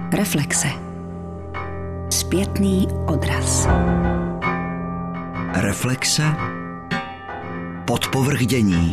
Reflexe. Zpětný odraz. Reflexe. Podpovrchdění.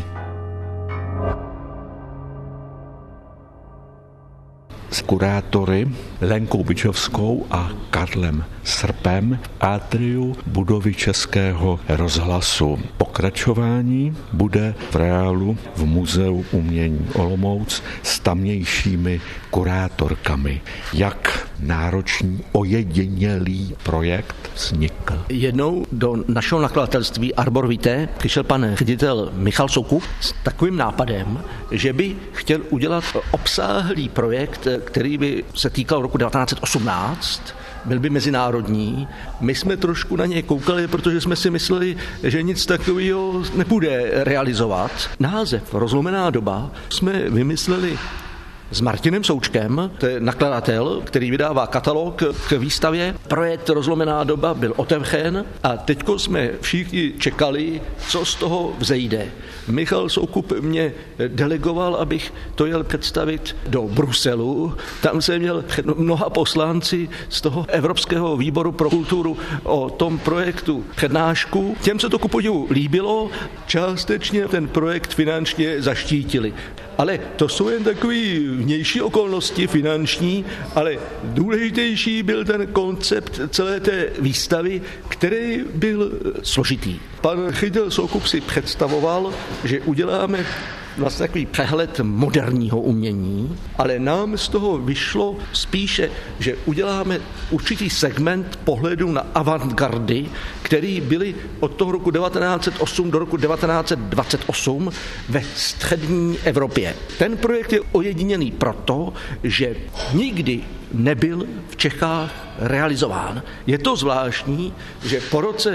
S kurátory Lenkou Byčovskou a Karlem Srpem v atriu budovy Českého rozhlasu. Pokračování bude v reálu v Muzeu umění Olomouc s tamnějšími kurátorkami. Jak náročný, ojedinělý projekt vznikl? Jednou do našeho nakladatelství Arbor Vitae přišel pan ředitel Michal Soukup s takovým nápadem, že by chtěl udělat obsáhlý projekt, který by se týkal roku 1918, byl by mezinárodní. My jsme trošku na něj koukali, protože jsme si mysleli, že nic takového nepůjde realizovat. Název Rozlomená doba jsme vymysleli s Martinem Součkem, to je nakladatel, který vydává katalog k výstavě. Projekt Rozlomená doba byl otevřen a teďko jsme všichni čekali, co z toho vzejde. Michal Soukup mě delegoval, abych to jel představit do Bruselu. Tam jsem měl před mnoha poslanci z toho Evropského výboru pro kulturu o tom projektu přednášku. Těm se to ku podivu líbilo, částečně ten projekt finančně zaštítili. Ale to jsou jen takový vnější okolnosti finanční, ale důležitější byl ten koncept celé té výstavy, který byl složitý. Pan ředitel Soukup si představoval, že uděláme vlastně takový přehled moderního umění, ale nám z toho vyšlo spíše, že uděláme určitý segment pohledu na avantgardy, který byly od toho roku 1908 do roku 1928 ve střední Evropě. Ten projekt je ojedinělý proto, že nikdy nebyl v Čechách realizován. Je to zvláštní, že po roce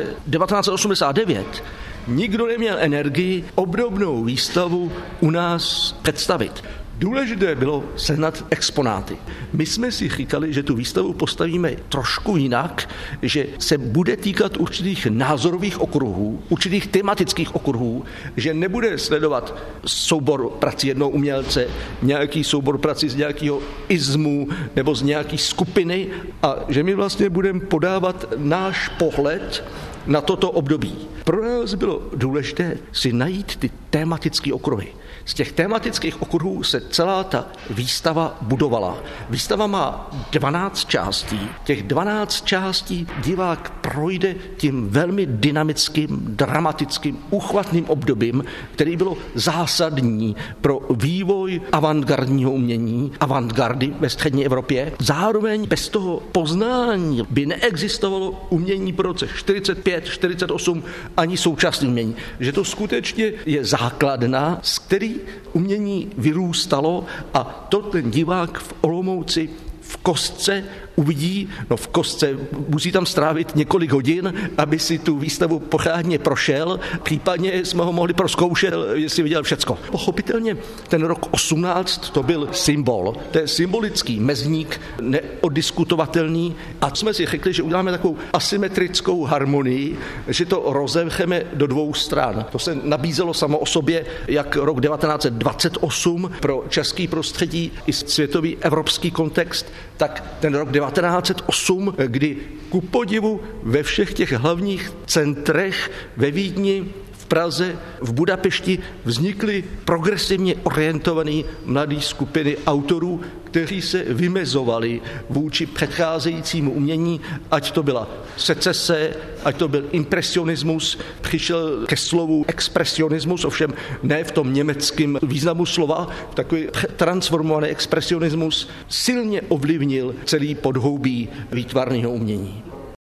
1989 nikdo neměl energii obdobnou výstavu u nás představit. Důležité bylo sehnat exponáty. My jsme si říkali, že tu výstavu postavíme trošku jinak, že se bude týkat určitých názorových okruhů, určitých tematických okruhů, že nebude sledovat soubor prací jednoho umělce, nějaký soubor prací z nějakého izmu nebo z nějaké skupiny a že my vlastně budeme podávat náš pohled na toto období. Pro nás bylo důležité si najít ty tematické okruhy. Z těch tematických okruhů se celá ta výstava budovala. Výstava má 12 částí. Těch 12 částí divák projde tím velmi dynamickým, dramatickým, uchvatným obdobím, který bylo zásadní pro vývoj avantgardního umění, avantgardy ve střední Evropě. Zároveň bez toho poznání by neexistovalo umění po roce 45, 48 ani současné umění. Že to skutečně je základna, z který umění vyrůstalo a to ten divák v Olomouci v kostce uvidí, v kostce musí tam strávit několik hodin, aby si tu výstavu pořádně prošel, případně jsme ho mohli prozkoušet, jestli viděl všecko. Pochopitelně ten rok 18 to byl symbol, to je symbolický mezník, neoddiskutovatelný a jsme si řekli, že uděláme takovou asymetrickou harmonii, že to rozevřeme do dvou stran. To se nabízelo samo o sobě, jak rok 1928 pro český prostředí i světový evropský kontext, tak ten rok 1908, kdy ku podivu ve všech těch hlavních centrech ve Vídni, v Praze, v Budapešti vznikly progresivně orientované mladé skupiny autorů, kteří se vymezovali vůči předcházejícímu umění, ať to byla secese, ať to byl impresionismus, přišel ke slovu expresionismus, ovšem ne v tom německém významu slova, takový transformovaný expresionismus silně ovlivnil celý podhoubí výtvarného umění.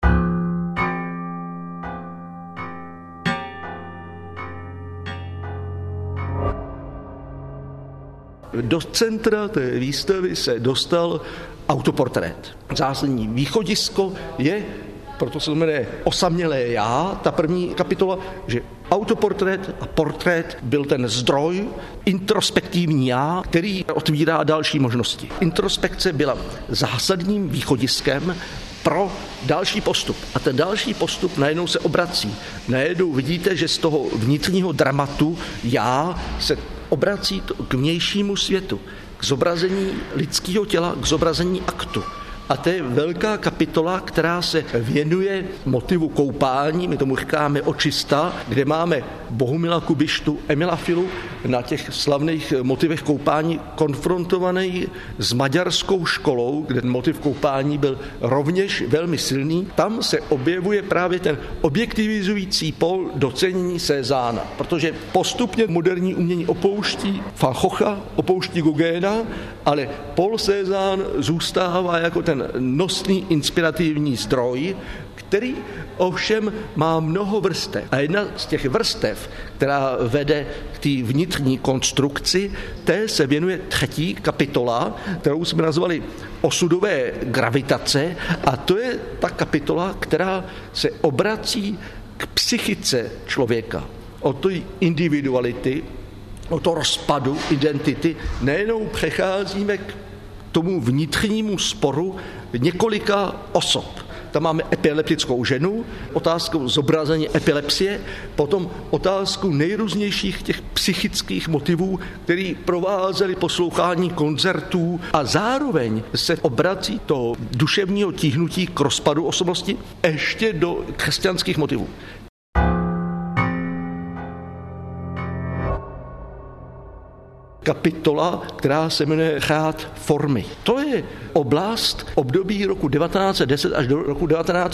Do centra té výstavy se dostal autoportrét. Zásadní východisko je, proto se to jmenuje Osamělé já, ta první kapitola, že autoportrét a portrét byl ten zdroj, introspektivní já, který otvírá další možnosti. Introspekce byla zásadním východiskem pro další postup. A ten další postup najednou se obrací. Najednou vidíte, že z toho vnitřního dramatu já se obrací k vnějšímu světu, k zobrazení lidského těla, k zobrazení aktu. A to je velká kapitola, která se věnuje motivu koupání, my tomu říkáme očista, kde máme Bohumila Kubištu, Emila Filu na těch slavných motivech koupání konfrontovaný s maďarskou školou, kde motiv koupání byl rovněž velmi silný. Tam se objevuje právě ten objektivizující pól docenění Cézanna, protože postupně moderní umění opouští Van Gogha, opouští Gauguina, ale Paul Cézanne zůstává jako ten nosný inspirativní zdroj, který ovšem má mnoho vrstev. A jedna z těch vrstev, která vede k té vnitřní konstrukci, té se věnuje 3. kapitola, kterou jsme nazvali osudové gravitace, a to je ta kapitola, která se obrací k psychice člověka, od té individuality, od toho rozpadu identity. Nejenom přecházíme k tomu vnitřnímu sporu několika osob. Tam máme epileptickou ženu, otázku zobrazení epilepsie, potom otázku nejrůznějších těch psychických motivů, které provázely poslouchání koncertů, a zároveň se obrací to duševního tíhnutí k rozpadu osobnosti ještě do křesťanských motivů. Kapitola, která se jmenuje Řád formy. To je oblast období roku 1910 až do roku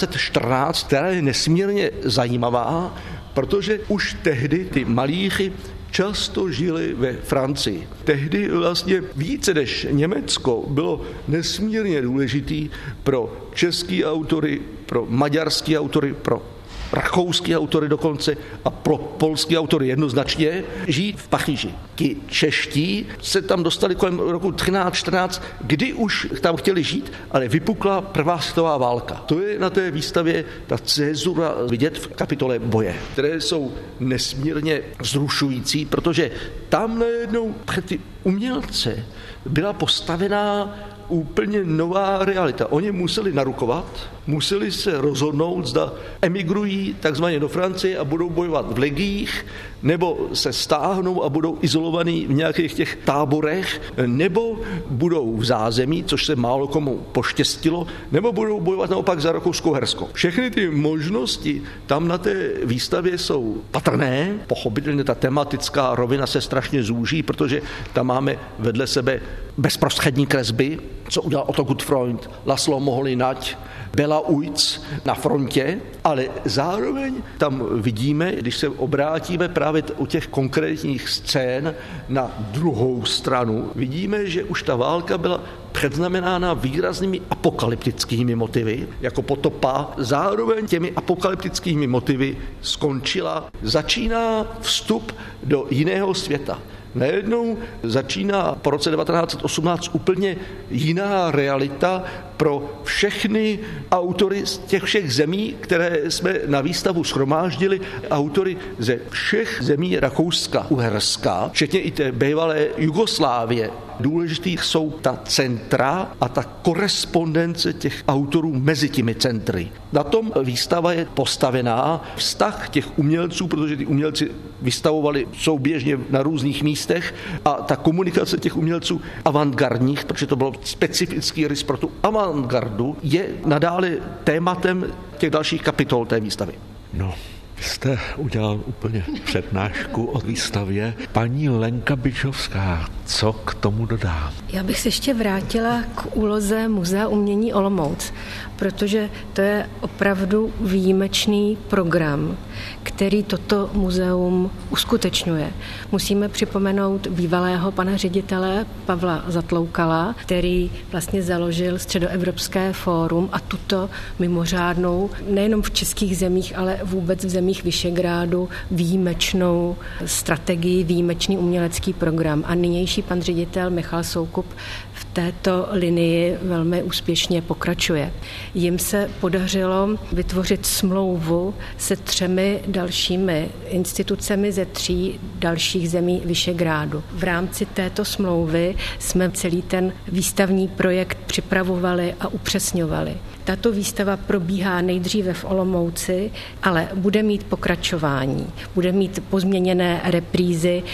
1914, která je nesmírně zajímavá, protože už tehdy ty malíři často žili ve Francii. Tehdy vlastně více než Německo bylo nesmírně důležitý pro český autory, pro maďarský autory, pro rakouský autory dokonce a pro polský autory jednoznačně žít v Paříži. Ti čeští se tam dostali kolem roku 13-14, kdy už tam chtěli žít, ale vypukla prvá světová válka. To je na té výstavě ta cézura vidět v kapitole boje, které jsou nesmírně vzrušující, protože tam najednou před ty umělce byla postavená úplně nová realita. Oni museli narukovat, museli se rozhodnout, zda emigrují takzvaně do Francie a budou bojovat v legiích, nebo se stáhnou a budou izolovaní v nějakých těch táborech, nebo budou v zázemí, což se málo komu poštěstilo, nebo budou bojovat naopak za Rakousko-Uhersko. Všechny ty možnosti tam na té výstavě jsou patrné. Pochopitelně ta tematická rovina se strašně zúží, protože tam máme vedle sebe bezprostřední kresby, co udělal Otto Gutfreund, Laszlo Moholy-Nagy, Bela Ujc na frontě, ale zároveň tam vidíme, když se obrátíme právě u těch konkrétních scén na druhou stranu, vidíme, že už ta válka byla předznamenána výraznými apokalyptickými motivy, jako potopa. Zároveň těmi apokalyptickými motivy skončila. Začíná vstup do jiného světa. Najednou začíná po roce 1918 úplně jiná realita pro všechny autory z těch všech zemí, které jsme na výstavu shromáždili, autory ze všech zemí Rakouska-Uherska, včetně i té bývalé Jugoslávie. Důležitý jsou ta centra a ta korespondence těch autorů mezi těmi centry. Na tom výstava je postavená, vztah těch umělců, protože ty umělci vystavovali souběžně na různých místech, a ta komunikace těch umělců avantgardních, protože to bylo specifický rys pro tu avantgardu, je nadále tématem těch dalších kapitol té výstavy. No, vy jste udělal úplně přednášku o výstavě. Paní Lenka Bičovská, co k tomu dodá? Já bych se ještě vrátila k úloze Muzea umění Olomouc, protože to je opravdu výjimečný program, který toto muzeum uskutečňuje. Musíme připomenout bývalého pana ředitele Pavla Zatloukala, který vlastně založil Středoevropské fórum a tuto mimořádnou, nejenom v českých zemích, ale vůbec v zemích Visegrádu, výjimečnou strategii, výjimečný umělecký program. A nynější pan ředitel Michal Soukup v této linii velmi úspěšně pokračuje. Jim se podařilo vytvořit smlouvu se 3 dalšími institucemi ze 3 dalších zemí Visegrádu. V rámci této smlouvy jsme celý ten výstavní projekt připravovali a upřesňovali. Tato výstava probíhá nejdříve v Olomouci, ale bude mít pokračování, bude mít pozměněné reprízy.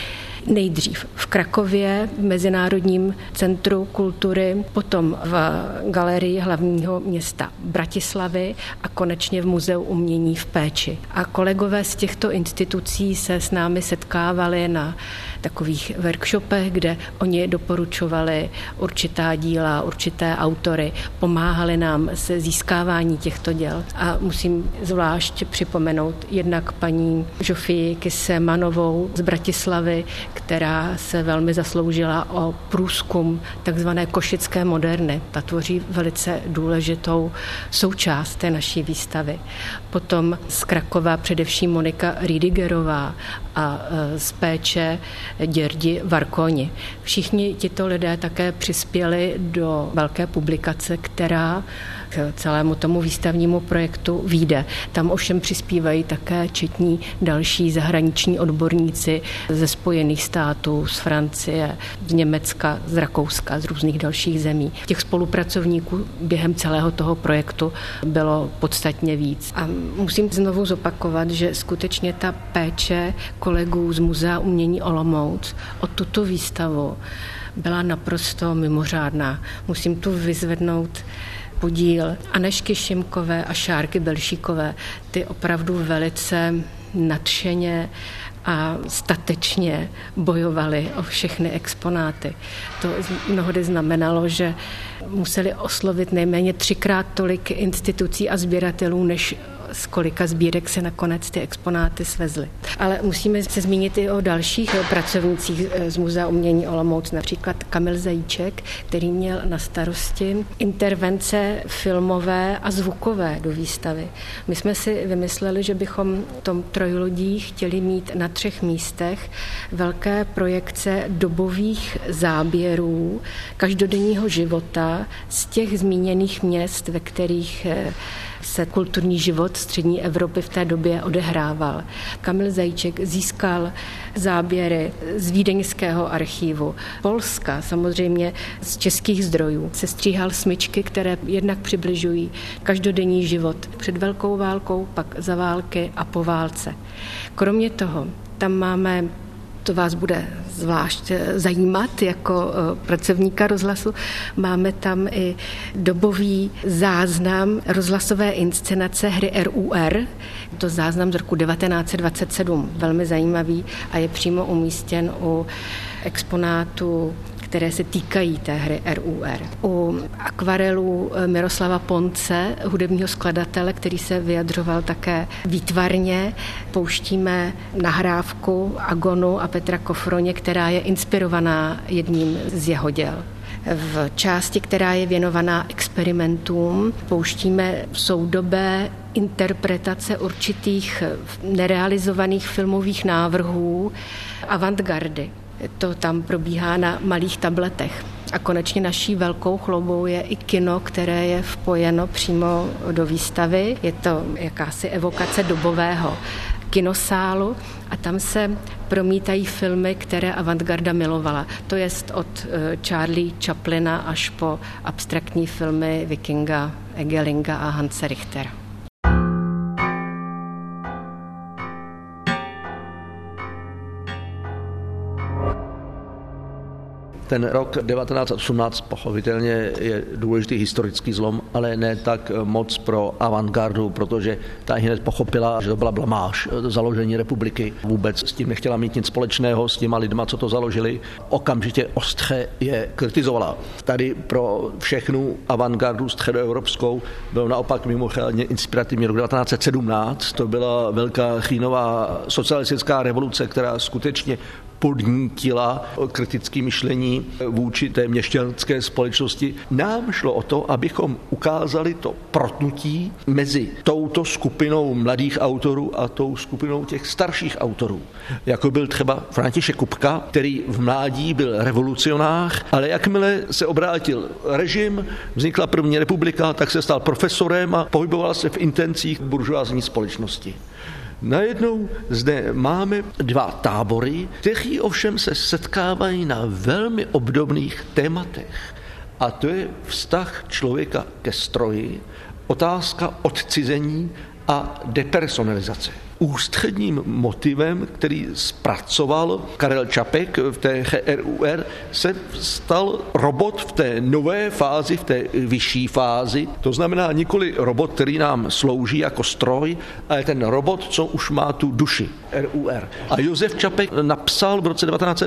Nejdřív v Krakově, v Mezinárodním centru kultury, potom v Galerii hlavního města Bratislavy a konečně v Muzeu umění v Péči. A kolegové z těchto institucí se s námi setkávali na takových workshopech, kde oni doporučovali určitá díla, určité autory, pomáhali nám se získávání těchto děl. A musím zvlášť připomenout jednak paní Žofii Kisemanovou z Bratislavy, která se velmi zasloužila o průzkum takzvané košické moderny. Ta tvoří velice důležitou součást té naší výstavy. Potom z Krakova především Monika Rüdigerová a z Péče Děrdi Varkoni. Všichni tito lidé také přispěli do velké publikace, která k celému tomu výstavnímu projektu vyjde. Tam ovšem přispívají také četní další zahraniční odborníci ze Spojených států, z Francie, z Německa, z Rakouska, z různých dalších zemí. Těch spolupracovníků během celého toho projektu bylo podstatně víc. A musím znovu zopakovat, že skutečně ta péče kolegů z Muzea umění Olomouc o tuto výstavu byla naprosto mimořádná. Musím tu vyzvednout podíl Anežky Šimkové a Šárky Belšíkové. Ty opravdu velice nadšeně a statečně bojovali o všechny exponáty. To mnohdy znamenalo, že museli oslovit nejméně 3krát tolik institucí a sběratelů, než z kolika sbírek se nakonec ty exponáty svezly. Ale musíme se zmínit i o dalších pracovnících z Muzea umění Olomouc, například Kamil Zajíček, který měl na starosti intervence filmové a zvukové do výstavy. My jsme si vymysleli, že bychom v tom trojlodí chtěli mít na 3 místech velké projekce dobových záběrů každodenního života z těch zmíněných měst, ve kterých se kulturní život střední Evropy v té době odehrával. Kamil Zajíček získal záběry z vídeňského archivu, Polska, samozřejmě z českých zdrojů. Sestříhal smyčky, které jednak přibližují každodenní život před velkou válkou, pak za války a po válce. Kromě toho, tam máme, to vás bude zvlášť zajímat jako pracovníka rozhlasu, máme tam i dobový záznam rozhlasové inscenace hry RUR, to záznam z roku 1927, velmi zajímavý a je přímo umístěn u exponátu, které se týkají té hry RUR. U akvarelů Miroslava Ponce, hudebního skladatele, který se vyjadřoval také výtvarně, pouštíme nahrávku Agonu a Petra Kofroně, která je inspirovaná jedním z jeho děl. V části, která je věnovaná experimentům, pouštíme soudobé interpretace určitých nerealizovaných filmových návrhů avantgardy. To tam probíhá na malých tabletech. A konečně naší velkou chloubou je i kino, které je vpojeno přímo do výstavy. Je to jakási evokace dobového kinosálu a tam se promítají filmy, které avantgarda milovala. To jest od Charlie Chaplina až po abstraktní filmy Vikinga, Egelinga a Hanse Richtera. Ten rok 1918 pochopitelně je důležitý historický zlom, ale ne tak moc pro avantgardu, protože ta hned pochopila, že to byla blamáž založení republiky. Vůbec s tím nechtěla mít nic společného s těma lidma, co to založili. Okamžitě ostře je kritizovala. Tady pro všechnu avantgardu středoevropskou byl naopak mimořádně inspirativní rok 1917. To byla velká říjnová socialistická revoluce, která skutečně podnítila kritické myšlení vůči té měšťanské společnosti. Nám šlo o to, abychom ukázali to protnutí mezi touto skupinou mladých autorů a tou skupinou těch starších autorů. Jako byl třeba František Kupka, který v mládí byl revolucionář, ale jakmile se obrátil režim, vznikla první republika, tak se stal profesorem a pohyboval se v intencích buržoázní společnosti. Najednou zde máme 2 tábory, kteří ovšem se setkávají na velmi obdobných tématech. A to je vztah člověka ke stroji, otázka odcizení a depersonalizace. ústředním motivem, který zpracoval Karel Čapek v té RUR, se stal robot v té nové fázi, v té vyšší fázi. To znamená nikoli robot, který nám slouží jako stroj, ale ten robot, co už má tu duši. RUR. A Josef Čapek napsal v roce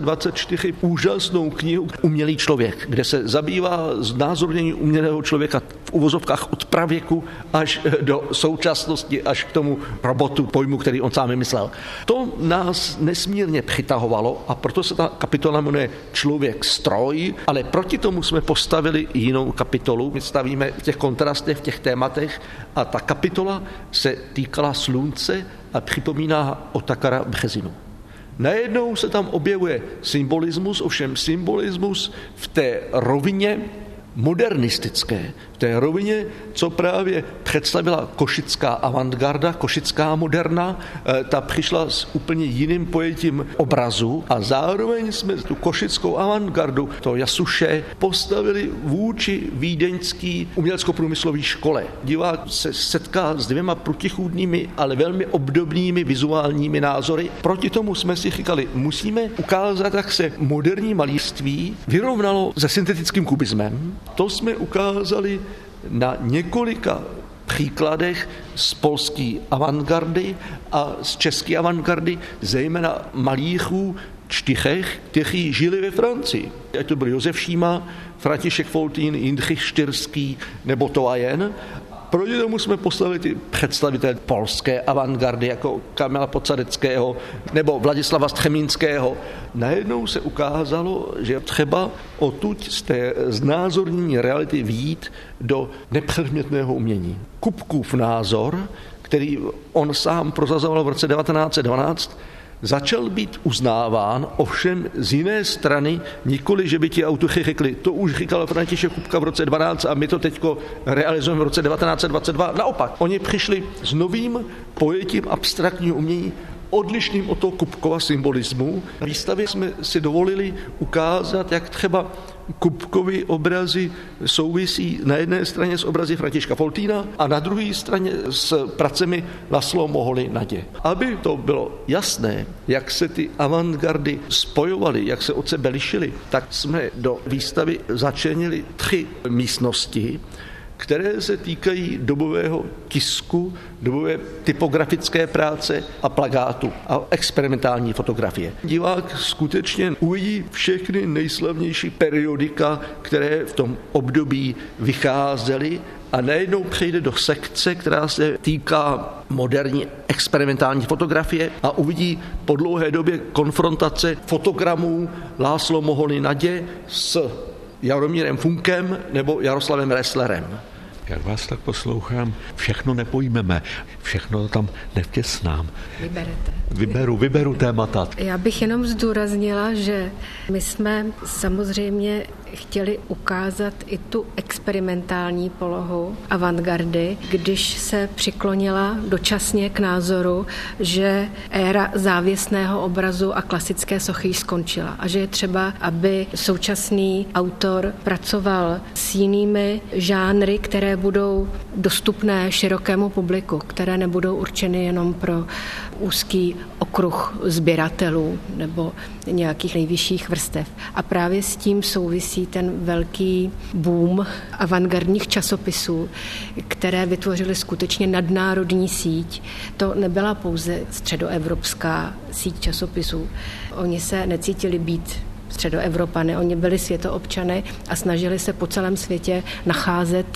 1924 úžasnou knihu Umělý člověk, kde se zabývá znázornění umělého člověka v uvozovkách od pravěku až do současnosti, až k tomu robotu, pojmu, který on sám vymyslel. To nás nesmírně přitahovalo a proto se ta kapitola jmenuje Člověk stroj, ale proti tomu jsme postavili jinou kapitolu. My stavíme v těch kontrastech, v těch tématech a ta kapitola se týkala slunce a připomíná Otakara Březinu. Najednou se tam objevuje symbolismus, ovšem symbolismus v té rovině modernistické, v té rovině, co právě představila košická avantgarda, košická moderna, ta přišla s úplně jiným pojetím obrazu a zároveň jsme tu košickou avantgardu, to Jasuše, postavili vůči vídeňský umělecko-průmyslové škole. Divák se setká s dvěma protichůdnými, ale velmi obdobnými vizuálními názory. Proti tomu jsme si říkali, musíme ukázat, jak se moderní malířství vyrovnalo se syntetickým kubismem. To jsme ukázali na několika příkladech z polské avantgardy a z české avantgardy, zejména malířů čtyřech, kteří žili ve Francii. Ať to byl Josef Šíma, František Foltín, Jindřich Štyrský nebo Toajen. Proti tomu jsme poslali ty představitele polské avantgardy jako Kamila Podsadeckého nebo Vladislava Střemínského. Najednou se ukázalo, že třeba odtud z té znázornění reality vyjít do nepředmětného umění. Kupkův názor, který on sám prosazoval v roce 1912, začal být uznáván, ovšem z jiné strany, nikoli, že by ti autoři řekli, to už říkal František Kupka v roce 12 a my to teďko realizujeme v roce 1922. Naopak, oni přišli s novým pojetím abstraktního umění, odlišným od toho Kupkova symbolismu. Na výstavě jsme si dovolili ukázat, jak třeba Kupkovy obrazy souvisí na jedné straně s obrazy Františka Foltína a na druhé straně s pracemi Laszlo Moholy Nadě. Aby to bylo jasné, jak se ty avantgardy spojovaly, jak se od sebe lišily, tak jsme do výstavy začlenili 3 místnosti, které se týkají dobového tisku, dobové typografické práce a plakátu a experimentální fotografie. Divák skutečně uvidí všechny nejslavnější periodika, které v tom období vycházely a najednou přejde do sekce, která se týká moderní experimentální fotografie a uvidí po dlouhé době konfrontace fotogramů Laszlo Moholy Nadě s Jaromírem Funkem nebo Jaroslavem Resslerem. Jak vás tak poslouchám, všechno nepojmeme, všechno tam nevtěsnám. Vyberete. Vyberu témata. Já bych jenom zdůraznila, že my jsme samozřejmě chtěli ukázat i tu experimentální polohu avantgardy, když se přiklonila dočasně k názoru, že éra závěsného obrazu a klasické sochy skončila a že je třeba, aby současný autor pracoval s jinými žánry, které budou dostupné širokému publiku, které nebudou určeny jenom pro úzký okruh sběratelů nebo nějakých nejvyšších vrstev. A právě s tím souvisí ten velký boom avantgardních časopisů, které vytvořily skutečně nadnárodní síť. To nebyla pouze středoevropská síť časopisů. Oni se necítili být Středoevropany, oni byli světoobčany a snažili se po celém světě nacházet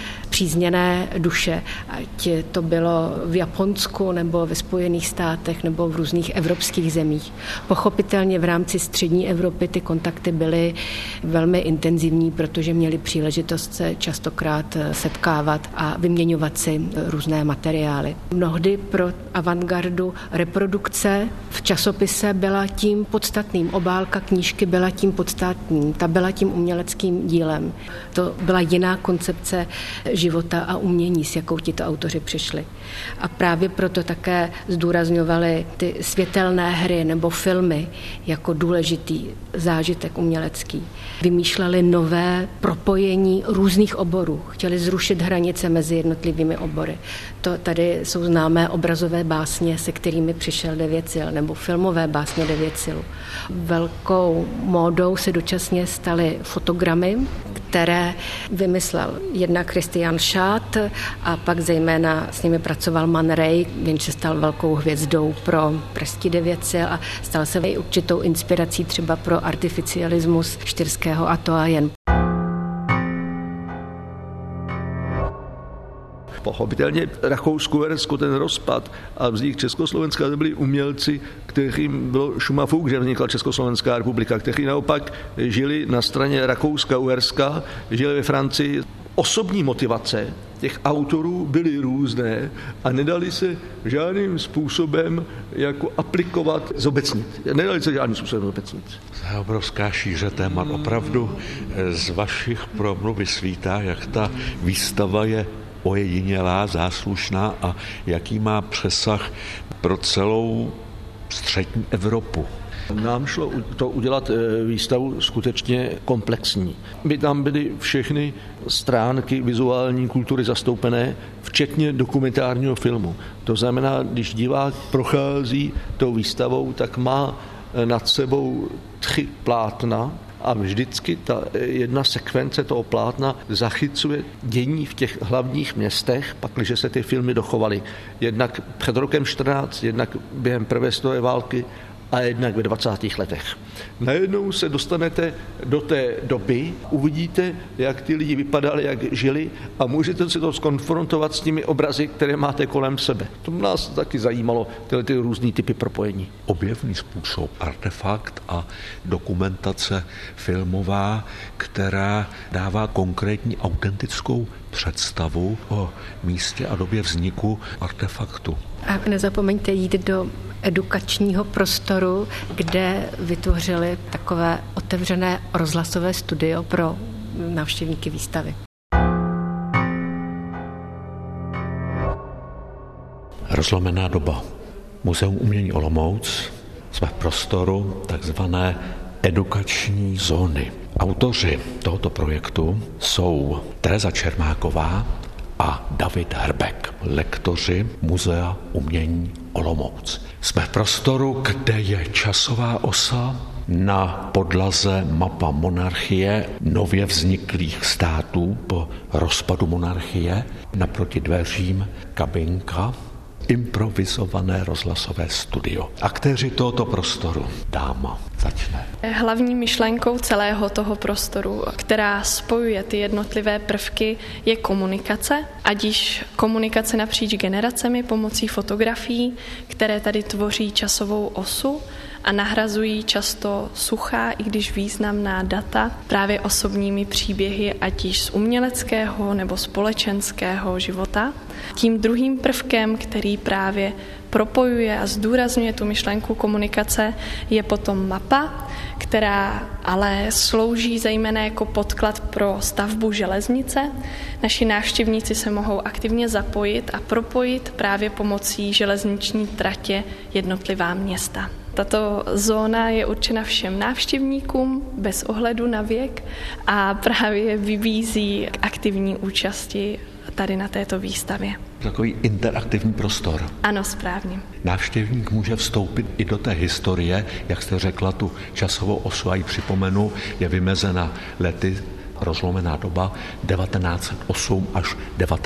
přízněné duše, ať to bylo v Japonsku nebo ve Spojených státech nebo v různých evropských zemích. Pochopitelně v rámci střední Evropy ty kontakty byly velmi intenzivní, protože měli příležitost se častokrát setkávat a vyměňovat si různé materiály. Mnohdy pro avantgardu reprodukce v časopise byla tím podstatným, obálka knížky byla tím podstatným, ta byla tím uměleckým dílem. To byla jiná koncepce života a umění, s jakou tito autoři přišli. A právě proto také zdůrazňovali ty světelné hry nebo filmy jako důležitý zážitek umělecký. Vymýšleli nové propojení různých oborů. Chtěli zrušit hranice mezi jednotlivými obory. To tady jsou známé obrazové básně, se kterými přišel Devět sil, nebo filmové básně Devět sil. Velkou módou se dočasně staly fotogramy, které vymyslel jednak Christian Schad a pak zejména s nimi pracoval Man Ray, jenž se stal velkou hvězdou pro pražský Devět sil a stal se i určitou inspirací třeba pro artificialismus Štyrského a to a jen. Pochopitelně Rakousko-Uhersko, ten rozpad a vznik Československa, to byli umělci, kterým bylo šuma fuk, že vznikla Československá republika, kteří naopak žili na straně Rakouska-Uherska, žili ve Francii. Osobní motivace těch autorů byly různé a nedali se žádným způsobem jako aplikovat, zobecnit. Nedali se žádným způsobem zobecnit. To je obrovská šíře témat. Opravdu z vašich promluv svítá, jak ta výstava je ojedinělá, záslušná a jaký má přesah pro celou střední Evropu. Nám šlo to udělat výstavu skutečně komplexní. My tam byly všechny stránky vizuální kultury zastoupené, včetně dokumentárního filmu. To znamená, když divák prochází tou výstavou, tak má nad sebou 3 plátna, a vždycky ta jedna sekvence toho plátna zachycuje dění v těch hlavních městech, pakliže se ty filmy dochovaly. Jednak před rokem 14, jednak během první světové války a jednak ve 20. letech. Najednou se dostanete do té doby, uvidíte, jak ty lidi vypadali, jak žili a můžete si to skonfrontovat s těmi obrazy, které máte kolem sebe. To nás taky zajímalo, tyhle ty různý typy propojení. Objevný způsob, artefakt a dokumentace filmová, která dává konkrétní autentickou představu o místě a době vzniku artefaktu. A nezapomeňte jít do edukačního prostoru, kde vytvořili takové otevřené rozhlasové studio pro návštěvníky výstavy. Rozlomená doba. Muzeum umění Olomouc, jsme v prostoru takzvané edukační zóny. Autoři tohoto projektu jsou Tereza Čermáková a David Hrbek, lektoři Muzea umění Olomouc. Jsme v prostoru, kde je časová osa, na podlaze mapa monarchie nově vzniklých států po rozpadu monarchie, naproti dveřím kabinka, improvizované rozhlasové studio. Aktéři tohoto prostoru. Dáma začne. Hlavní myšlenkou celého toho prostoru, která spojuje ty jednotlivé prvky, je komunikace, ať již komunikace napříč generacemi pomocí fotografií, které tady tvoří časovou osu a nahrazují často suchá, i když významná data právě osobními příběhy, ať již z uměleckého nebo společenského života. Tím druhým prvkem, který právě propojuje a zdůrazňuje tu myšlenku komunikace, je potom mapa, která ale slouží zejména jako podklad pro stavbu železnice. Naši návštěvníci se mohou aktivně zapojit a propojit právě pomocí železniční tratě jednotlivá města. Tato zóna je určena všem návštěvníkům bez ohledu na věk a právě vybízí k aktivní účasti tady na této výstavě. Takový interaktivní prostor. Ano, správně. Návštěvník může vstoupit i do té historie, jak jste řekla, tu časovou osu, a ji připomenu, je vymezena lety rozlomená doba 1908 až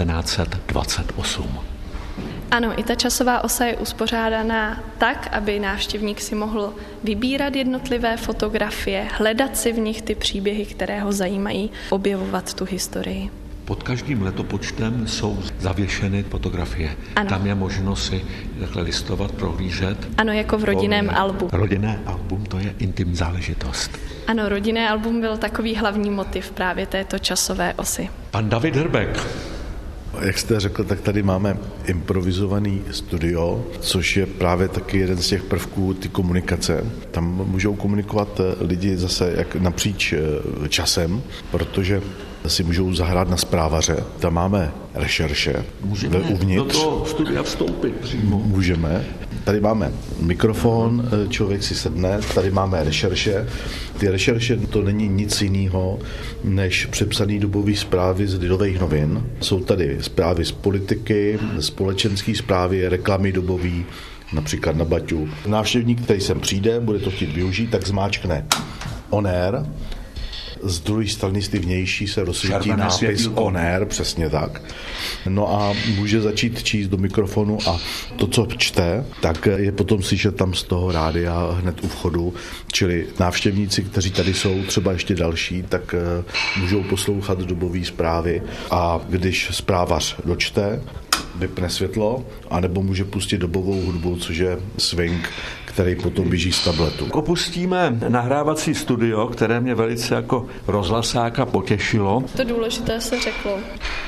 1928. Ano, i ta časová osa je uspořádaná tak, aby návštěvník si mohl vybírat jednotlivé fotografie, hledat si v nich ty příběhy, které ho zajímají, objevovat tu historii. Pod každým letopočtem jsou zavěšeny fotografie. Ano. Tam je možnost si takhle listovat, prohlížet. Ano, jako v rodinném albu. Rodinné album, to je intimní záležitost. Ano, rodinné album byl takový hlavní motiv právě této časové osy. Pan David Hrbek. Jak jste řekl, tak tady máme improvizovaný studio, což je právě taky jeden z těch prvků ty komunikace. Tam můžou komunikovat lidi zase jak napříč časem, protože si můžou zahrát na zprávaře. Tam máme rešerše. Můžeme uvnitř. do toho studia vstoupit přímo. Můžeme. Tady máme mikrofon, člověk si sedne, tady máme rešerše. Ty rešerše to není nic jiného, než přepsané dobové zprávy z Lidových novin. Jsou tady zprávy z politiky, společenské zprávy, reklamy dobové, například na Baťu. Návštěvník, který sem přijde, bude to chtít využít, tak zmáčkne on air. Z druhé strany z ty vnější se rozsvítí nápis on air, přesně tak. No a může začít číst do mikrofonu a to, co čte, tak je potom slyšet tam z toho rádia hned u vchodu, čili návštěvníci, kteří tady jsou, třeba ještě další, tak můžou poslouchat dobové zprávy a když zprávař dočte, vypne světlo, anebo může pustit dobovou hudbu, což je swing, který potom běží z tabletu. Opustíme nahrávací studio, které mě velice jako rozhlasáka potěšilo. To důležité se řeklo.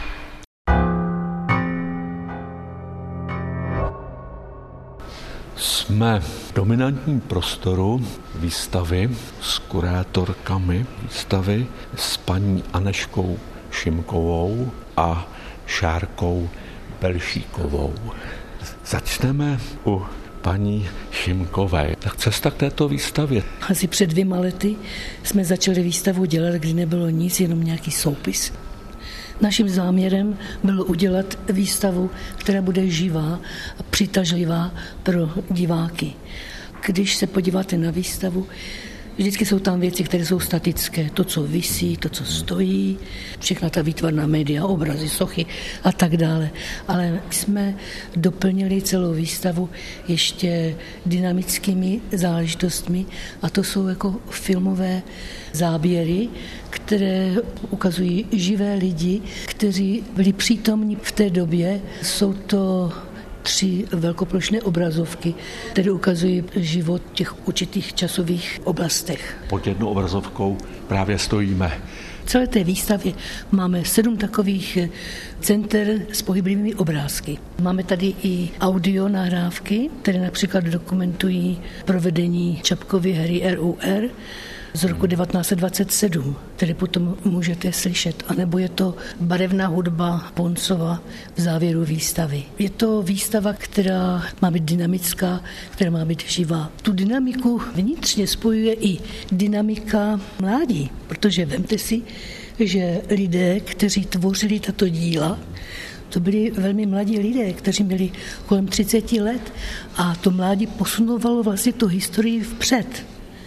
Jsme v dominantním prostoru výstavy s kurátorkami výstavy, s paní Anežkou Šimkovou a Šárkou Belšíkovou. Začneme u paní Šimkové. Tak cesta k této výstavě. Asi před 2 lety jsme začali výstavu dělat, kdy nebylo nic, jenom nějaký soupis. Naším záměrem bylo udělat výstavu, která bude živá a přitažlivá pro diváky. Když se podíváte na výstavu, vždycky jsou tam věci, které jsou statické. To, co visí, to, co stojí, všechna ta výtvarná média, obrazy, sochy a tak dále. Ale jsme doplnili celou výstavu ještě dynamickými záležitostmi a to jsou jako filmové záběry, které ukazují živé lidi, kteří byli přítomní v té době. Jsou to 3 velkoplošné obrazovky, které ukazují život v těch určitých časových oblastech. Pod jednou obrazovkou právě stojíme. V celé té výstavě máme 7 takových center s pohyblivými obrázky. Máme tady i audio nahrávky, které například dokumentují provedení Čapkovy hry RUR z roku 1927, které potom můžete slyšet, anebo je to barevná hudba Poncova v závěru výstavy. Je to výstava, která má být dynamická, která má být živá. Tu dynamiku vnitřně spojuje i dynamika mládí, protože vemte si, že lidé, kteří tvořili tato díla, to byli velmi mladí lidé, kteří měli kolem 30 let a to mládí posunovalo vlastně tu historii vpřed.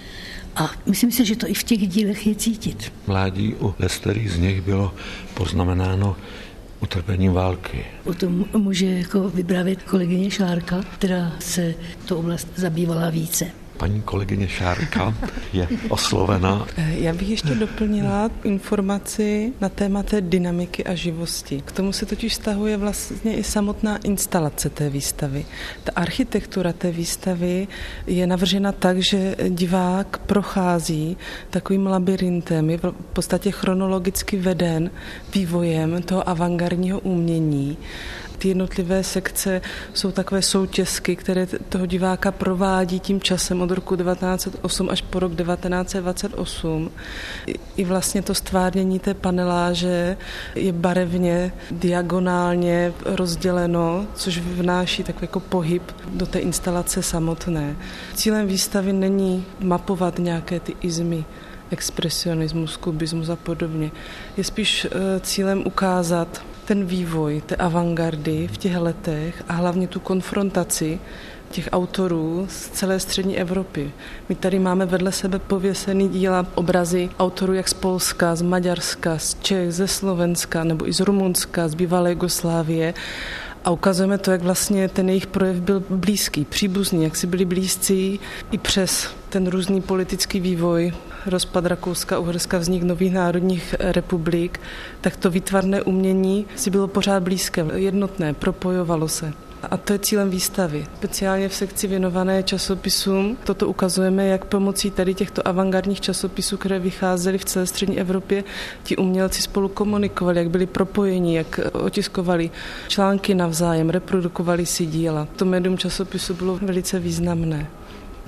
A myslím si, že to i v těch dílech je cítit. Mládí u některých z nich bylo poznamenáno utrpením války. O tom může jako vyprávět kolegyně Šárka, která se tou oblast zabývala více. Paní kolegyně Šárka je oslovena. Já bych ještě doplnila informaci na téma té dynamiky a živosti. K tomu se totiž vztahuje vlastně i samotná instalace té výstavy. Ta architektura té výstavy je navržena tak, že divák prochází takovým labirintem, je v podstatě chronologicky veden vývojem toho avantgardního umění. Ty jednotlivé sekce jsou takové soutěsky, které toho diváka provádí tím časem od roku 1908 až po rok 1928. I vlastně to stvárnění té paneláže je barevně, diagonálně rozděleno, což vnáší takový jako pohyb do té instalace samotné. Cílem výstavy není mapovat nějaké ty izmy, expresionismus, kubismus a podobně. Je spíš cílem ukázat ten vývoj té avantgardy v těch letech a hlavně tu konfrontaci těch autorů z celé střední Evropy. My tady máme vedle sebe pověsený díla, obrazy autorů jak z Polska, z Maďarska, z Čech, ze Slovenska nebo i z Rumunska, z bývalé Jugoslávie. A ukazujeme to, jak vlastně ten jejich projev byl blízký, příbuzný, jak si byli blízcí i přes ten různý politický vývoj, rozpad Rakouska, Uherska, vznik nových národních republik, tak to výtvarné umění si bylo pořád blízké, jednotné, propojovalo se. A to je cílem výstavy. Speciálně v sekci věnované časopisům toto ukazujeme, jak pomocí tady těchto avantgardních časopisů, které vycházely v celé střední Evropě, ti umělci spolu komunikovali, jak byli propojeni, jak otiskovali články navzájem, reprodukovali si díla. To médium časopisu bylo velice významné.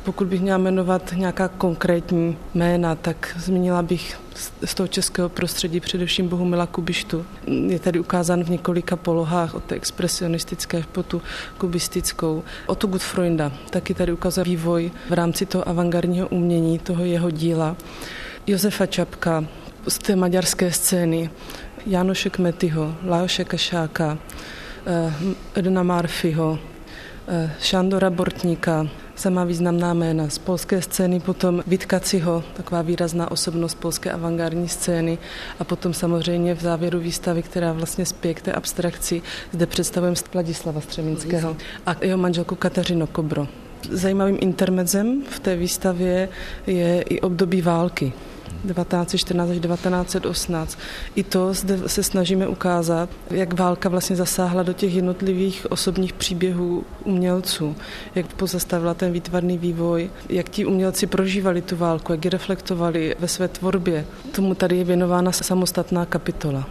Pokud bych měla jmenovat nějaká konkrétní jména, tak zmínila bych z toho českého prostředí především Bohumila Kubištu. Je tady ukázán v několika polohách, od té expresionistické po tu kubistickou. Otto Gutfreunda taky tady ukazuje vývoj v rámci toho avantgardního umění, toho jeho díla. Josefa Čapka z té maďarské scény, Jánoše Kmetyho, Lajoše Kašáka, Edna Marfiho, Šandora Bortníka, sama významná jména z polské scény, potom Vitkaciho, taková výrazná osobnost polské avantgardní scény, a potom samozřejmě v závěru výstavy, která vlastně spěje k té abstrakci, zde představujeme Ladislava Střemínského a jeho manželku Kateřinu Kobro. Zajímavým intermezem v té výstavě je i období války. 1914 až 1918. I to zde se snažíme ukázat, jak válka vlastně zasáhla do těch jednotlivých osobních příběhů umělců, jak pozastavila ten výtvarný vývoj, jak ti umělci prožívali tu válku, jak ji reflektovali ve své tvorbě. Tomu tady je věnována samostatná kapitola.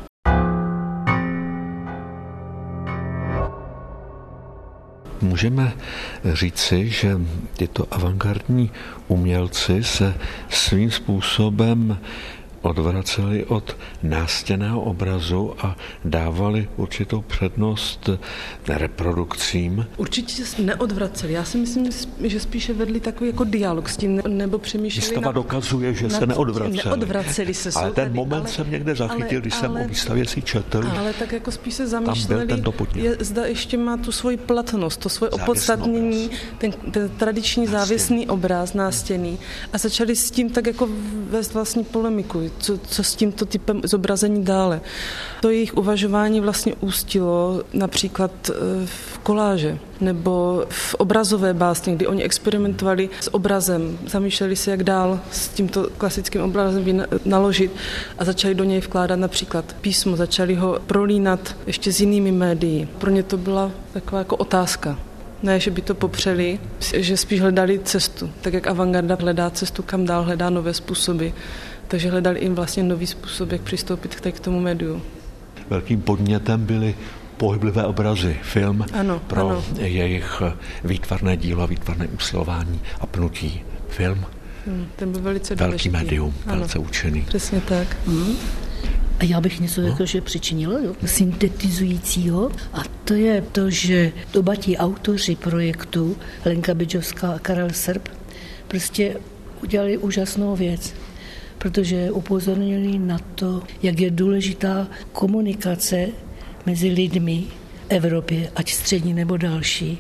Můžeme říci, že tyto avantgardní umělci se svým způsobem odvraceli od nástěnného obrazu a dávali určitou přednost reprodukcím. Určitě se neodvraceli. Já si myslím, že spíše vedli takový jako dialog s tím, nebo přemýšleli. Výstava dokazuje, že se neodvraceli. Neodvraceli se. Ale ten moment jsem někde zachytil, když jsem o výstavě si četl. Ale tak jako spíš se zamýšleli, zda ještě má tu svoji platnost, to svoje opodstatnění, ten tradiční závěsný obraz nástěnný, a začali s tím tak jako vést vlastní polemiku. Co s tímto typem zobrazení dále. To jejich uvažování vlastně ústilo například v koláže nebo v obrazové básni, kdy oni experimentovali s obrazem, zamýšleli se, jak dál s tímto klasickým obrazem naložit, a začali do něj vkládat například písmo, začali ho prolínat ještě s jinými médii. Pro ně to byla taková jako otázka. Ne, že by to popřeli, že spíš hledali cestu, tak jak avantgarda hledá cestu, kam dál, hledá nové způsoby. Takže hledali jim vlastně nový způsob, jak přistoupit k tomu médiu. Velkým podnětem byly pohyblivé obrazy, film pro jejich výtvarné dílo, výtvarné usilování a pnutí. Film, ten byl velice důležitý. Velký médium, velice učený. Přesně tak. A já bych něco jako, že přičinila, syntetizujícího, a to je to, že oba ti autoři projektu, Lenka Bidžovská a Karel Srb, prostě udělali úžasnou věc, protože upozornili na to, jak je důležitá komunikace mezi lidmi v Evropě, ať střední nebo další,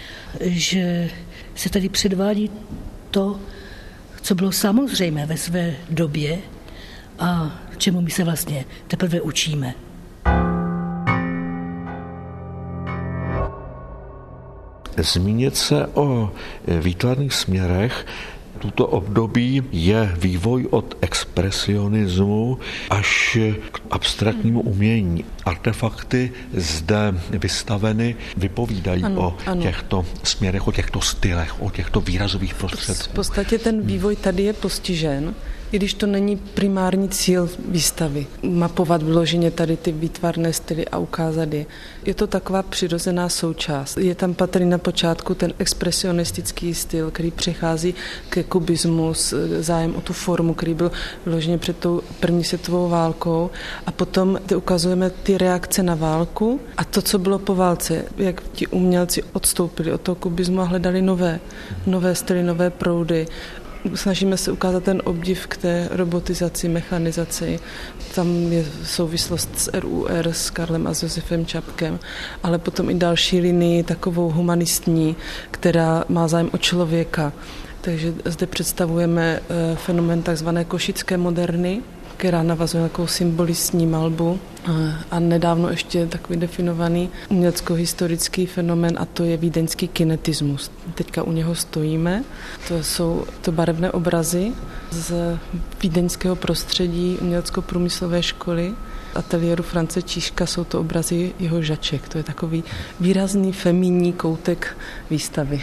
že se tady předvádí to, co bylo samozřejmé ve své době a čemu my se vlastně teprve učíme. Zmínit se o výtvarných směrech. Tuto období je vývoj od expresionismu až k abstraktnímu umění. Artefakty zde vystaveny vypovídají o těchto směrech, o těchto stylech, o těchto výrazových prostředcích. V podstatě ten vývoj tady je postižen, i když to není primární cíl výstavy. Mapovat vyloženě tady ty výtvarné styly a ukázat je. Je to taková přirozená součást. Je tam patrný na počátku ten expresionistický styl, který přechází ke kubismu, zájem o tu formu, který byl vyloženě před tou první světovou válkou, a potom ukazujeme ty reakce na válku a to, co bylo po válce, jak ti umělci odstoupili od toho kubismu a hledali nové styly, nové proudy. Snažíme se ukázat ten obdiv k té robotizaci, mechanizaci. Tam je souvislost s RUR, s Karlem a s Josefem Čapkem, ale potom i další linii, takovou humanistní, která má zájem o člověka. Takže zde představujeme fenomén takzvané košické moderny, která navazuje na takovou symbolistní malbu, a nedávno ještě takový definovaný umělecko-historický fenomén, a to je vídeňský kinetismus. Teďka u něho stojíme. To jsou to barevné obrazy z vídeňského prostředí umělecko-průmyslové školy ateliéru France Číška. Jsou to obrazy jeho žaček. To je takový výrazný feminní koutek výstavy.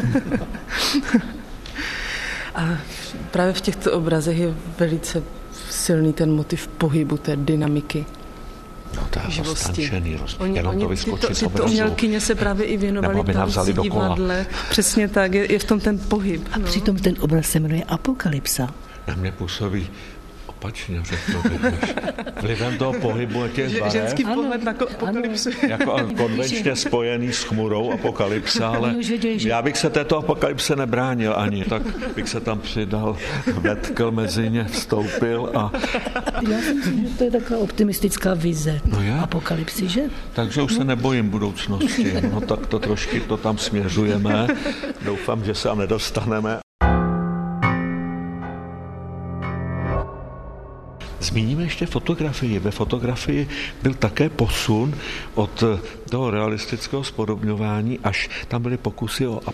A právě v těchto obrazech je velice silný ten motiv pohybu, té dynamiky. živosti. Oni tyto umělkyně se právě i věnovali tanci, divadle. Přesně tak, je v tom ten pohyb. A přitom ten obraz se jmenuje Apokalypsa. Na mě působí opačně, řekl bych, vlivem toho pohybu a těch barev. Ženský pohled na apokalypsu. Jako konvenčně spojený s chmurou apokalypsa, ale já bych se této apokalypse nebránil ani, tak bych se tam přidal, vetkl mezi ně, vstoupil a... Já si myslím, že to je taková optimistická vize apokalypsy, že? Takže už se nebojím budoucnosti, no tak to trošku to tam směřujeme, doufám, že se tam nedostaneme. Zmíníme ještě fotografii. Ve fotografii byl také posun od toho realistického spodobňování, až tam byly pokusy o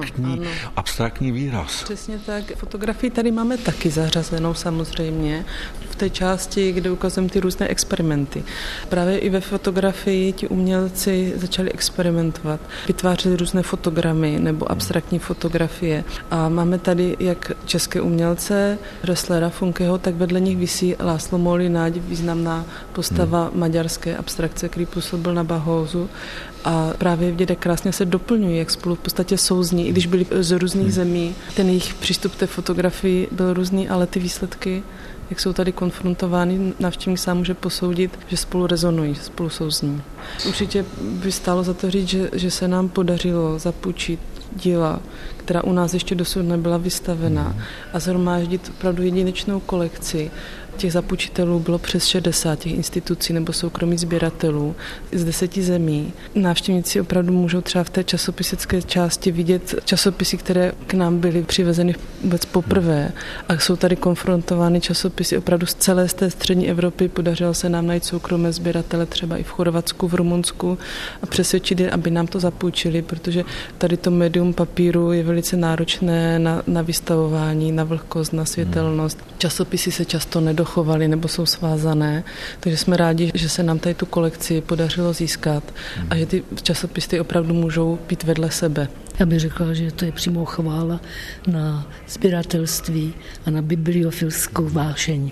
abstraktní výraz. Přesně tak. Fotografii tady máme taky zařazenou samozřejmě v té části, kde ukazujeme ty různé experimenty. Právě i ve fotografii ti umělci začali experimentovat. Vytvářeli různé fotogramy nebo abstraktní fotografie. A máme tady jak české umělce, Resslera, Funkeho, tak vedle nich visí László Molnár, významná postava maďarské abstrakce, který působil na Bauhausu. A právě vidět, jak krásně se doplňují, jak spolu v podstatě souzní, i když byli z různých zemí. Ten jejich přístup k té fotografii byl různý, ale ty výsledky, jak jsou tady konfrontovány, návštěvník sám může posoudit, že spolu rezonují, že spolu souzní. Určitě by stálo za to říct, že se nám podařilo zapůjčit díla, která u nás ještě dosud nebyla vystavena, a shromáždit opravdu jedinečnou kolekci. Těch zapůjčitelů bylo přes 60 těch institucí nebo soukromých sběratelů z 10 zemí. Návštěvníci opravdu můžou třeba v té časopisecké části vidět časopisy, které k nám byly přivezeny vůbec poprvé, a jsou tady konfrontovány časopisy opravdu z celé té střední Evropy. Podařilo se nám najít soukromé sběratele třeba i v Chorvatsku, v Rumunsku a přesvědčit je, aby nám to zapůjčili, protože tady to médium papíru je velice náročné na vystavování, na vlhkost, na světelnost. Časopisy se často nedochovaly nebo jsou svázané, takže jsme rádi, že se nám tady tu kolekci podařilo získat a že ty časopisy opravdu můžou být vedle sebe. Já bych řekla, že to je přímo chvála na sběratelství a na bibliofilskou vášeň.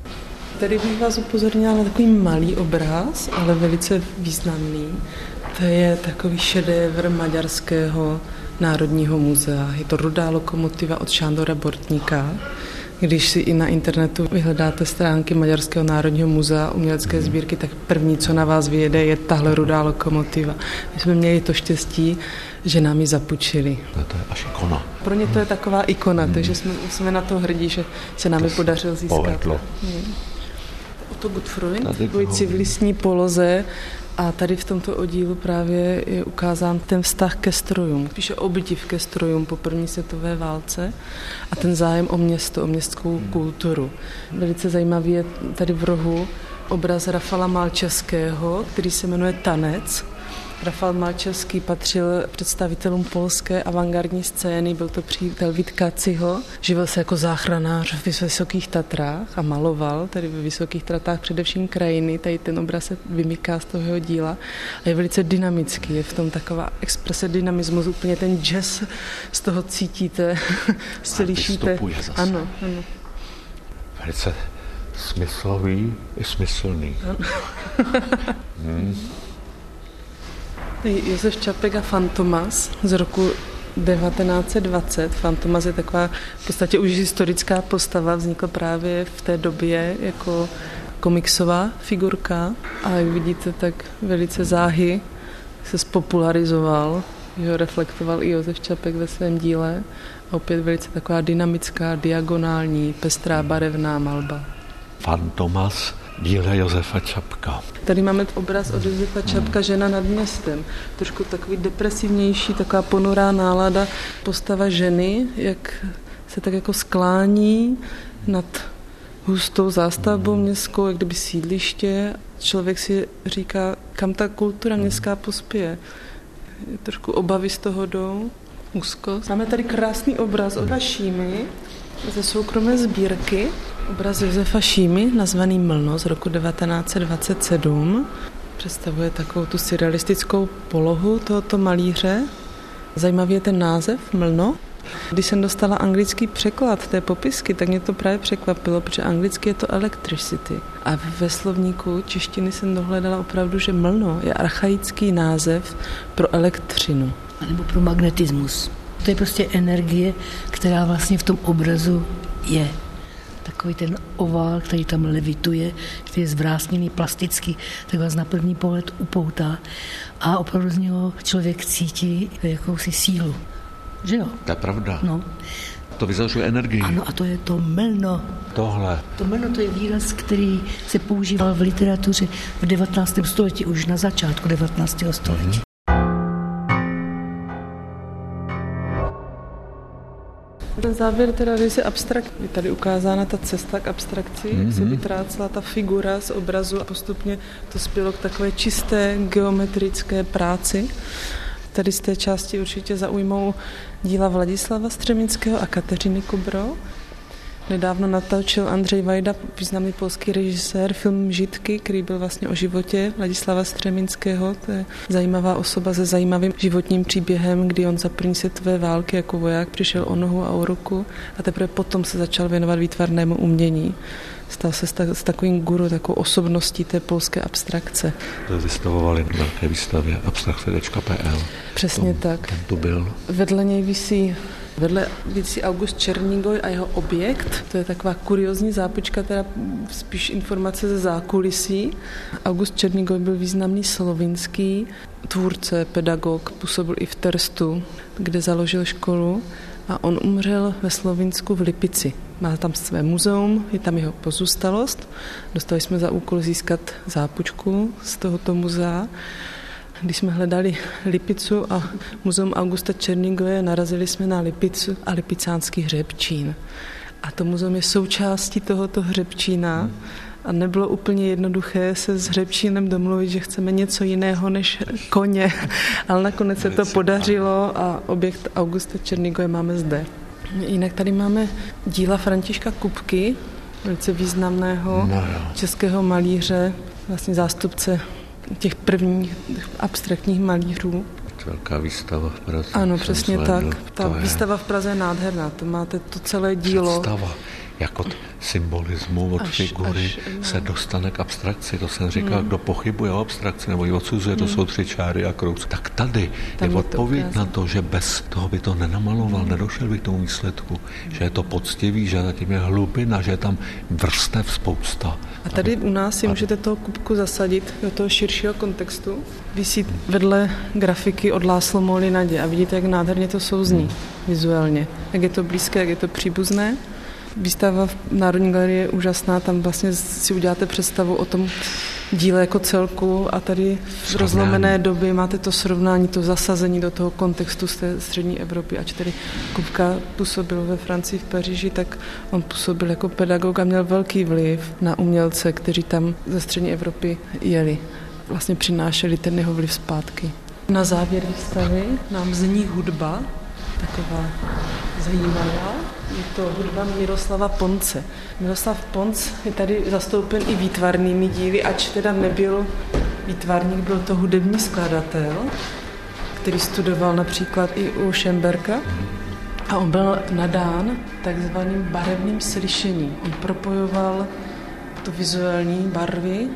Tady bych vás upozornila na takový malý obraz, ale velice významný. To je takový šedévr Maďarského národního muzea. Je to Rudá lokomotiva od Sándora Bortníka. Když si i na internetu vyhledáte stránky Maďarského národního muzea umělecké sbírky, tak první, co na vás vyjede, je tahle Rudá lokomotiva. My jsme měli to štěstí, že nám ji zapůjčili. To je až ikona. Pro ně to je taková ikona, takže jsme na to hrdí, že se nám ji podařilo získat. Povedlo. Otto Gutfreund, v civilistní poloze. A tady v tomto oddílu právě je ukázán ten vztah ke strojům. Píše obdiv ke strojům po první světové válce a ten zájem o město, o městskou kulturu. Velice zajímavý je tady v rohu obraz Rafala Malčevského, který se jmenuje Tanec. Rafal Malčevský patřil představitelům polské avantgardní scény, byl to přítel Vítka Ciho, živil se jako záchranář v Vysokých Tatrách a maloval tady ve Vysokých Tatrách především krajiny. Tady ten obraz se vymyká z toho jeho díla a je velice dynamický, je v tom taková exprese dynamismus, úplně ten jazz z toho cítíte, slyšíte. Ano. Velice smyslový i smyslný. Josef Čapek a Fantomas z roku 1920. Fantomas je taková v podstatě už historická postava, vznikla právě v té době jako komiksová figurka a jak vidíte, tak velice záhy se spopularizoval, že ho reflektoval i Josef Čapek ve svém díle a opět velice taková dynamická, diagonální, pestrá, barevná malba. Fantomas, díle Josefa Čapka. Tady máme obraz od Josefa Čapka Žena nad městem. Trošku takový depresivnější, taková ponurá nálada. Postava ženy, jak se tak jako sklání nad hustou zástavbou městskou, jak kdyby sídliště. Člověk si říká, kam ta kultura městská pospěje. Trošku obavy z toho jdou, úzkost. Máme tady krásný obraz od Šímy ze soukromé sbírky. Obraz Josefa Šímy, nazvaný Mlno z roku 1927, představuje takovou tu surrealistickou polohu tohoto malíře. Zajímavý je ten název Mlno. Když jsem dostala anglický překlad té popisky, tak mě to právě překvapilo, protože anglicky je to electricity. A ve slovníku češtiny jsem dohledala opravdu, že mlno je archaický název pro elektřinu. A nebo pro magnetismus. To je prostě energie, která vlastně v tom obrazu je. Takový ten ovál, který tam levituje, který je zvrásněný, plastický, tak vás na první pohled upoutá a opravdu z něho člověk cítí jakousi sílu. Že jo? To je pravda. No. To vyzařuje energii. Ano, a to je to mlno. Tohle. To mlno, to je výraz, který se používal v literatuře v 19. století, už na začátku 19. století. Ten závěr teda, když je abstrakt, je tady ukázána ta cesta k abstrakci, jak se vytrácela ta figura z obrazu a postupně to spělo k takové čisté geometrické práci. Tady z té části určitě zaujmou díla Vladislava Střeminského a Kateřiny Kubro. Nedávno natočil Andřej Vajda, významný polský režisér, film Žitky, který byl vlastně o životě Vladislava Střeminského. To je zajímavá osoba se zajímavým životním příběhem, kdy on za první světové války jako voják přišel o nohu a o ruku a teprve potom se začal věnovat výtvarnému umění. Stal se s takovým guru, takovou osobností té polské abstrakce. To vystavovali v velké výstavě abstrakce.pl. Přesně tak. Ten tu byl. Vedle něj visí August Černigoj a jeho objekt. To je taková kuriózní zápočka, teda spíš informace ze zákulisí. August Černigoj byl významný slovinský tvůrce, pedagog, působil i v Terstu, kde založil školu a on umřel ve Slovinsku v Lipici. Má tam své muzeum, je tam jeho pozůstalost. Dostali jsme za úkol získat zápočku z tohoto muzea. Když jsme hledali Lipicu a muzeum Augusta Černigoje, narazili jsme na Lipicu a lipicánský hřebčín. A to muzeum je součástí tohoto hřebčína a nebylo úplně jednoduché se s hřebčínem domluvit, že chceme něco jiného než koně, ale nakonec se to podařilo a objekt Augusta Černigoje máme zde. Jinak tady máme díla Františka Kupky, velice významného českého malíře, vlastně zástupce těch prvních abstraktních malířů. Velká výstava v Praze. Ano, přesně tak. Ta výstava v Praze je nádherná. To máte to celé dílo. Představa, jak od symbolismu, od figury se dostane k abstrakci. To jsem říkal, kdo pochybuje o abstrakci nebo ji odsuzuje, to jsou 3 čáry a krouh. Tak tady je odpověď na to, že bez toho by to nenamaloval, nedošel by k tomu výsledku, že je to poctivý, že zatím je hlubina, že je tam vrstev spousta. A tady u nás si můžete toho Kupku zasadit do toho širšího kontextu. Visí vedle grafiky od László Molinadě a vidíte, jak nádherně to souzní vizuálně. Jak je to blízké, jak je to příbuzné. Výstava v Národní galerii je úžasná, tam vlastně si uděláte představu o tom díle jako celku a tady v rozlomené doby máte to srovnání, to zasazení do toho kontextu z té střední Evropy. Ač tedy Kupka působil ve Francii, v Paříži, tak on působil jako pedagog a měl velký vliv na umělce, kteří tam ze střední Evropy jeli. Vlastně přinášeli ten jeho vliv zpátky. Na závěr výstavy nám zní hudba, taková zajímavá. Je to hudba Miroslava Ponce. Miroslav Ponc je tady zastoupen i výtvarnými díly, ač teda nebyl výtvarník, byl to hudební skladatel, který studoval například i u Schönberga. A on byl nadán takzvaným barevným slyšením. On propojoval to vizuální barvy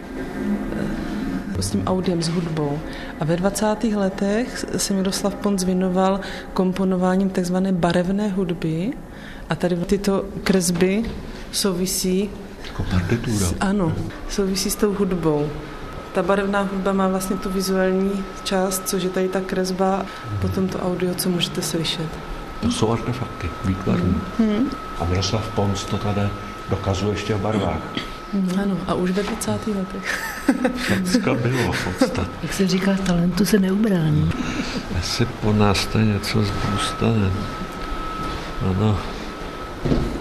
s tím audiem, s hudbou. A ve 20. letech se Miroslav Ponc věnoval komponováním takzvané barevné hudby a tady tyto kresby souvisí jako partitura. Ano, souvisí s tou hudbou. Ta barevná hudba má vlastně tu vizuální část, což je tady ta kresba, potom to audio, co můžete slyšet. To jsou artefakty výtvarní. A Miroslav Ponc to tady dokazuje ještě v barvách. Ano, a už ve 20. letech. Všecko bylo v podstatě. Jak se říká, talentu se neubrání. Asi po nás to něco zůstane. Ano.